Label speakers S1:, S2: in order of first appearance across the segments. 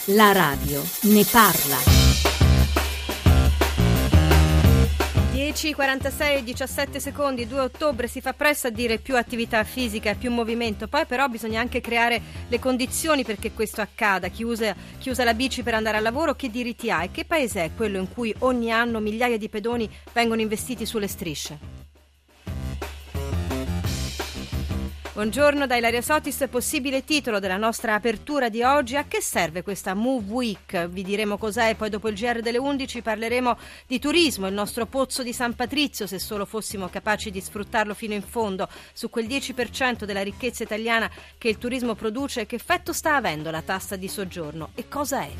S1: La radio ne parla.
S2: 10:46, 17 secondi, 2 ottobre, si fa presto a dire più attività fisica e più movimento, poi però bisogna anche creare le condizioni perché questo accada. Chi usa la bici per andare al lavoro che diritti ha? E che paese è quello in cui ogni anno migliaia di pedoni vengono investiti sulle strisce? Buongiorno da Ilaria Sotis, possibile titolo della nostra apertura di oggi. A che serve questa Move Week? Vi diremo cos'è, poi dopo il GR delle 11 parleremo di turismo, il nostro pozzo di San Patrizio, se solo fossimo capaci di sfruttarlo fino in fondo, su quel 10% della ricchezza italiana che il turismo produce. Che effetto sta avendo la tassa di soggiorno e cosa è?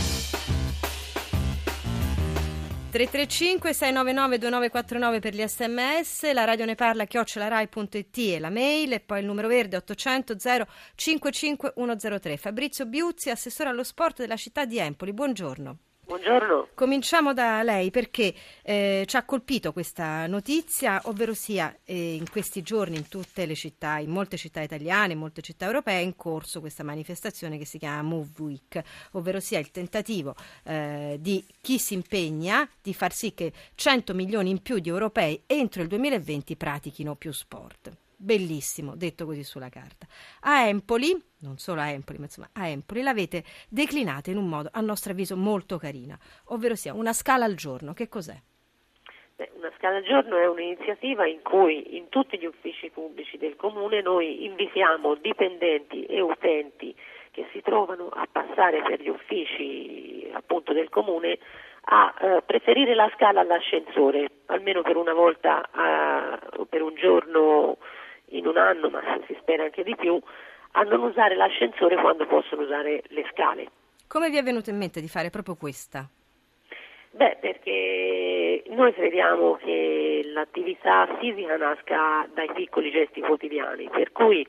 S2: 335-699-2949 per gli sms, la radio ne parla @rai.it e la mail, e poi il numero verde 800 055103. Fabrizio Biuzzi, assessore allo sport della città di Empoli, buongiorno.
S3: Buongiorno.
S2: Cominciamo da lei perché ci ha colpito questa notizia, ovvero sia in questi giorni in tutte le città, in molte città italiane, in molte città europee è in corso questa manifestazione che si chiama Move Week, ovvero sia il tentativo di chi si impegna di far sì che 100 milioni in più di europei entro il 2020 pratichino più sport. Bellissimo, detto così sulla carta. A Empoli, non solo a Empoli, ma insomma a Empoli l'avete declinata in un modo a nostro avviso molto carina, ovvero sia una scala al giorno. Che cos'è?
S3: Una scala al giorno è un'iniziativa in cui in tutti gli uffici pubblici del comune noi invitiamo dipendenti e utenti che si trovano a passare per gli uffici appunto del comune a preferire la scala all'ascensore, almeno per una volta per un giorno in un anno, ma si spera anche di più, a non usare l'ascensore quando possono usare le scale.
S2: Come vi è venuto in mente di fare proprio questa?
S3: Perché noi crediamo che l'attività fisica nasca dai piccoli gesti quotidiani, per cui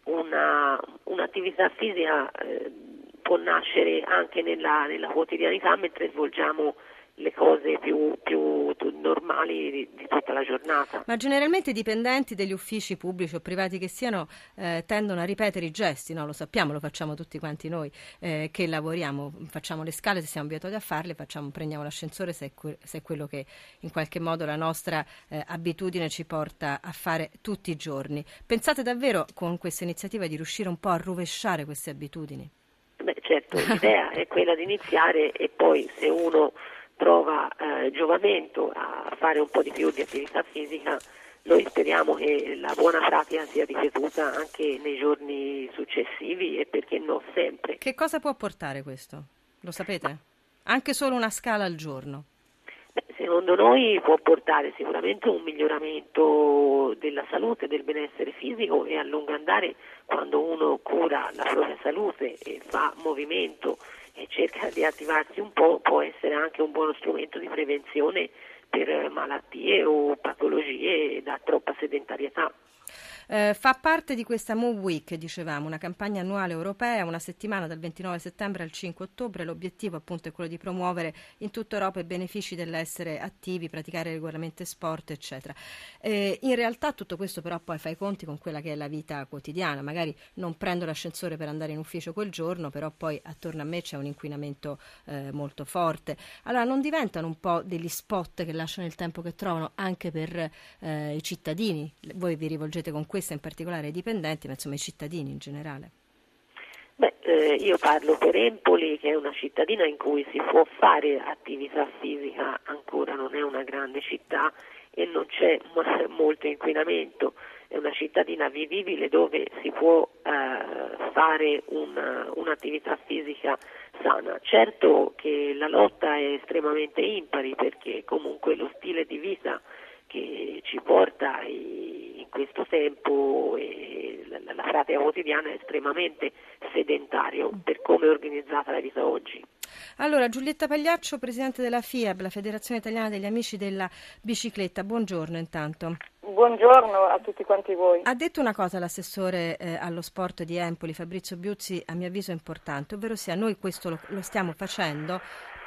S3: un'attività fisica può nascere anche nella quotidianità mentre svolgiamo le cose più normali di tutta la giornata.
S2: Ma generalmente i dipendenti degli uffici pubblici o privati che siano tendono a ripetere i gesti, no? Lo sappiamo, lo facciamo tutti quanti noi che lavoriamo, facciamo le scale se siamo abituati a farle, prendiamo l'ascensore se è quello che in qualche modo la nostra abitudine ci porta a fare tutti i giorni. Pensate davvero con questa iniziativa di riuscire un po' a rovesciare queste abitudini?
S3: Certo, l'idea è quella di iniziare e poi se uno trova giovamento a fare un po' di più di attività fisica, noi speriamo che la buona pratica sia ripetuta anche nei giorni successivi e perché no sempre.
S2: Che cosa può portare questo? Lo sapete? Anche solo una scala al giorno?
S3: Secondo noi può portare sicuramente un miglioramento della salute, del benessere fisico e a lungo andare quando uno cura la propria salute e fa movimento e cerca di attivarsi un po', può essere anche un buono strumento di prevenzione per malattie o patologie da troppa sedentarietà.
S2: Fa parte di questa Move Week, dicevamo, una campagna annuale europea, una settimana dal 29 settembre al 5 ottobre. L'obiettivo appunto è quello di promuovere in tutta Europa i benefici dell'essere attivi, praticare regolarmente sport, eccetera. In realtà tutto questo però poi fa i conti con quella che è la vita quotidiana. Magari non prendo l'ascensore per andare in ufficio quel giorno, però poi attorno a me c'è un inquinamento molto forte. Allora non diventano un po' degli spot che lasciano il tempo che trovano anche per i cittadini? Voi vi rivolgete con questo in particolare ai dipendenti, ma insomma ai cittadini in generale?
S3: Io parlo per Empoli, che è una cittadina in cui si può fare attività fisica, ancora non è una grande città e non c'è molto inquinamento, è una cittadina vivibile dove si può fare un'attività fisica sana. Certo che la lotta è estremamente impari perché comunque lo stile di vita che ci porta in questo tempo e la pratica quotidiana è estremamente sedentario per come è organizzata la vita oggi.
S2: Allora, Giulietta Pagliaccio, presidente della FIAB, la Federazione Italiana degli Amici della Bicicletta, buongiorno intanto.
S4: Buongiorno a tutti quanti voi.
S2: Ha detto una cosa l'assessore allo sport di Empoli, Fabrizio Biuzzi, a mio avviso importante, ovvero sia noi questo lo stiamo facendo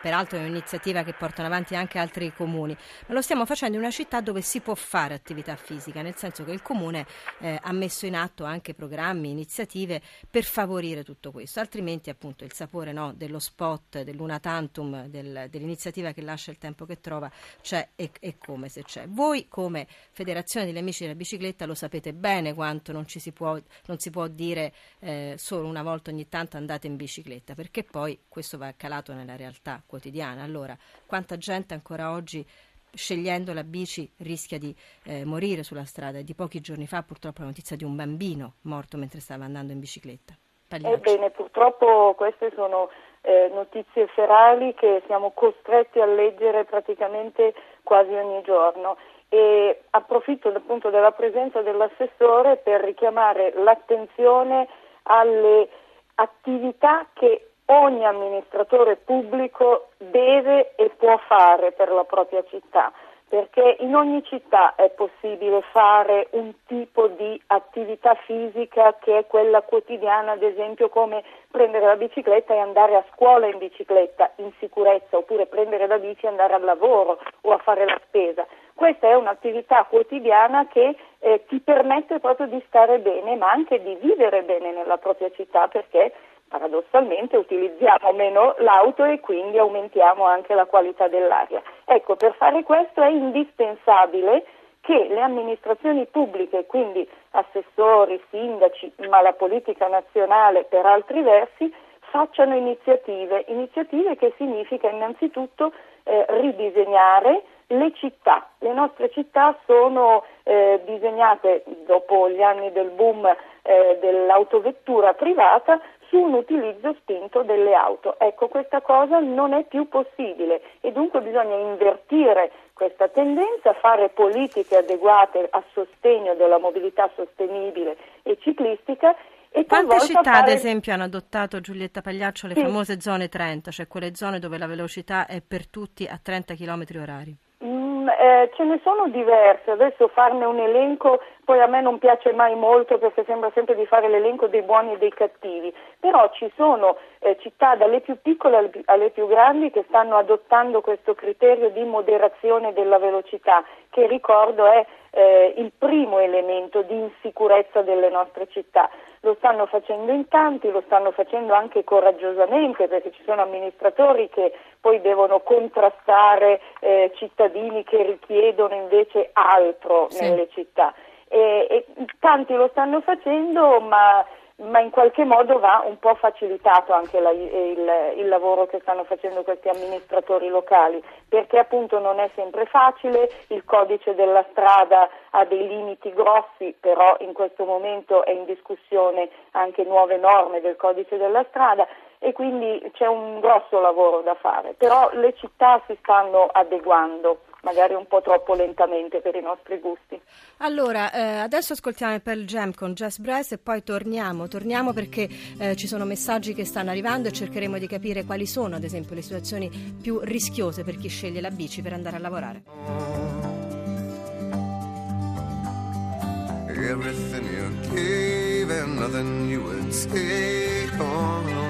S2: peraltro è un'iniziativa che portano avanti anche altri comuni, ma lo stiamo facendo in una città dove si può fare attività fisica, nel senso che il comune ha messo in atto anche programmi, iniziative per favorire tutto questo, altrimenti appunto il sapore, no, dello spot, dell'una tantum, dell'iniziativa che lascia il tempo che trova c'è e come se c'è. Voi come Federazione degli Amici della Bicicletta lo sapete bene quanto non si può dire solo una volta ogni tanto andate in bicicletta, perché poi questo va calato nella realtà quotidiana. Allora, quanta gente ancora oggi scegliendo la bici rischia di morire sulla strada, e di pochi giorni fa purtroppo la notizia di un bambino morto mentre stava andando in bicicletta.
S4: Ebbene, purtroppo queste sono notizie ferali che siamo costretti a leggere praticamente quasi ogni giorno, e approfitto appunto della presenza dell'assessore per richiamare l'attenzione alle attività che ogni amministratore pubblico deve e può fare per la propria città, perché in ogni città è possibile fare un tipo di attività fisica che è quella quotidiana, ad esempio come prendere la bicicletta e andare a scuola in bicicletta in sicurezza, oppure prendere la bici e andare al lavoro o a fare la spesa. Questa è un'attività quotidiana che ti permette proprio di stare bene, ma anche di vivere bene nella propria città, perché paradossalmente utilizziamo meno l'auto e quindi aumentiamo anche la qualità dell'aria. Ecco, per fare questo è indispensabile che le amministrazioni pubbliche, quindi assessori, sindaci, ma la politica nazionale per altri versi, facciano iniziative che significa innanzitutto ridisegnare le città. Le nostre città sono disegnate dopo gli anni del boom dell'autovettura privata su un utilizzo spinto delle auto. Ecco, questa cosa non è più possibile e dunque bisogna invertire questa tendenza, fare politiche adeguate a sostegno della mobilità sostenibile e ciclistica. E
S2: quante città, ad esempio, hanno adottato, Giulietta Pagliaccio, le famose zone 30, cioè quelle zone dove la velocità è per tutti a 30 km orari?
S4: Ce ne sono diverse, adesso farne un elenco poi a me non piace mai molto, perché sembra sempre di fare l'elenco dei buoni e dei cattivi, però ci sono città dalle più piccole alle più grandi che stanno adottando questo criterio di moderazione della velocità, che ricordo è il primo elemento di insicurezza delle nostre città. Lo stanno facendo in tanti, lo stanno facendo anche coraggiosamente, perché ci sono amministratori che poi devono contrastare cittadini che richiedono invece altro nelle città. E tanti lo stanno facendo, ma in qualche modo va un po' facilitato anche il lavoro che stanno facendo questi amministratori locali, perché appunto non è sempre facile, il codice della strada ha dei limiti grossi, però in questo momento è in discussione anche nuove norme del codice della strada e quindi c'è un grosso lavoro da fare, però le città si stanno adeguando, magari un po' troppo lentamente per i nostri gusti.
S2: Allora, adesso ascoltiamo il Pearl Jam con Jazz Brass e poi torniamo perché ci sono messaggi che stanno arrivando e cercheremo di capire quali sono, ad esempio, le situazioni più rischiose per chi sceglie la bici per andare a lavorare.
S5: Everything you gave and nothing you would take on.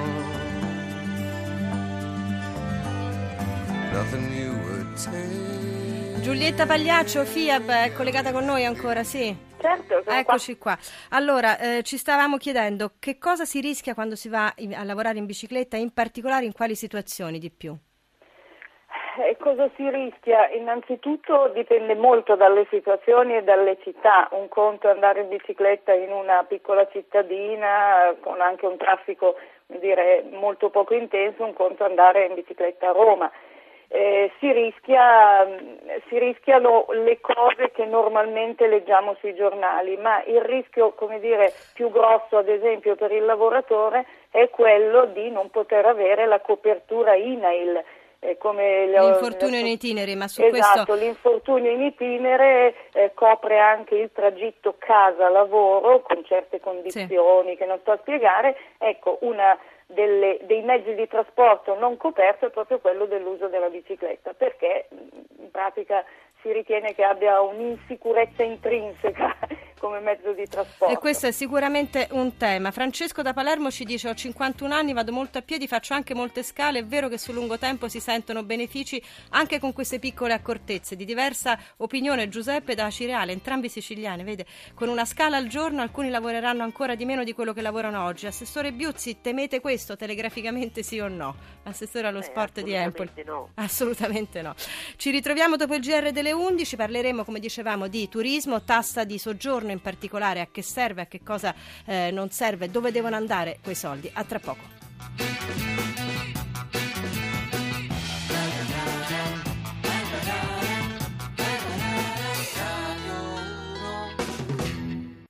S5: Nothing you would take.
S2: Giulietta Pagliaccio, FIAB, è collegata con noi ancora, sì?
S4: Certo,
S2: eccoci qua. Allora, ci stavamo chiedendo che cosa si rischia quando si va a lavorare in bicicletta, in particolare in quali situazioni di più?
S4: Cosa si rischia? Innanzitutto dipende molto dalle situazioni e dalle città. Un conto è andare in bicicletta in una piccola cittadina con anche un traffico, molto poco intenso, un conto è andare in bicicletta a Roma. Si rischiano le cose che normalmente leggiamo sui giornali, ma il rischio, più grosso, ad esempio, per il lavoratore è quello di non poter avere la copertura INAIL.
S2: L'infortunio in itinere, ma su
S4: esatto, l'infortunio in itinere copre anche il tragitto casa-lavoro con certe condizioni che non sto a spiegare. Ecco, una dei mezzi di trasporto non coperto è proprio quello dell'uso della bicicletta, perché in pratica si ritiene che abbia un'insicurezza intrinseca mezzo di trasporto.
S2: E questo è sicuramente un tema. Francesco da Palermo ci dice: ho 51 anni, vado molto a piedi, faccio anche molte scale, è vero che sul lungo tempo si sentono benefici anche con queste piccole accortezze. Di diversa opinione Giuseppe da Cireale, entrambi siciliani, vede, con una scala al giorno alcuni lavoreranno ancora di meno di quello che lavorano oggi. Assessore Biuzzi, temete questo telegraficamente, sì o no? Assessore allo sport di Empoli.
S3: No.
S2: Assolutamente no. Ci ritroviamo dopo il GR delle 11, parleremo, come dicevamo, di turismo, tassa di soggiorno in particolare, a che serve, a che cosa non serve, dove devono andare quei soldi. A tra poco.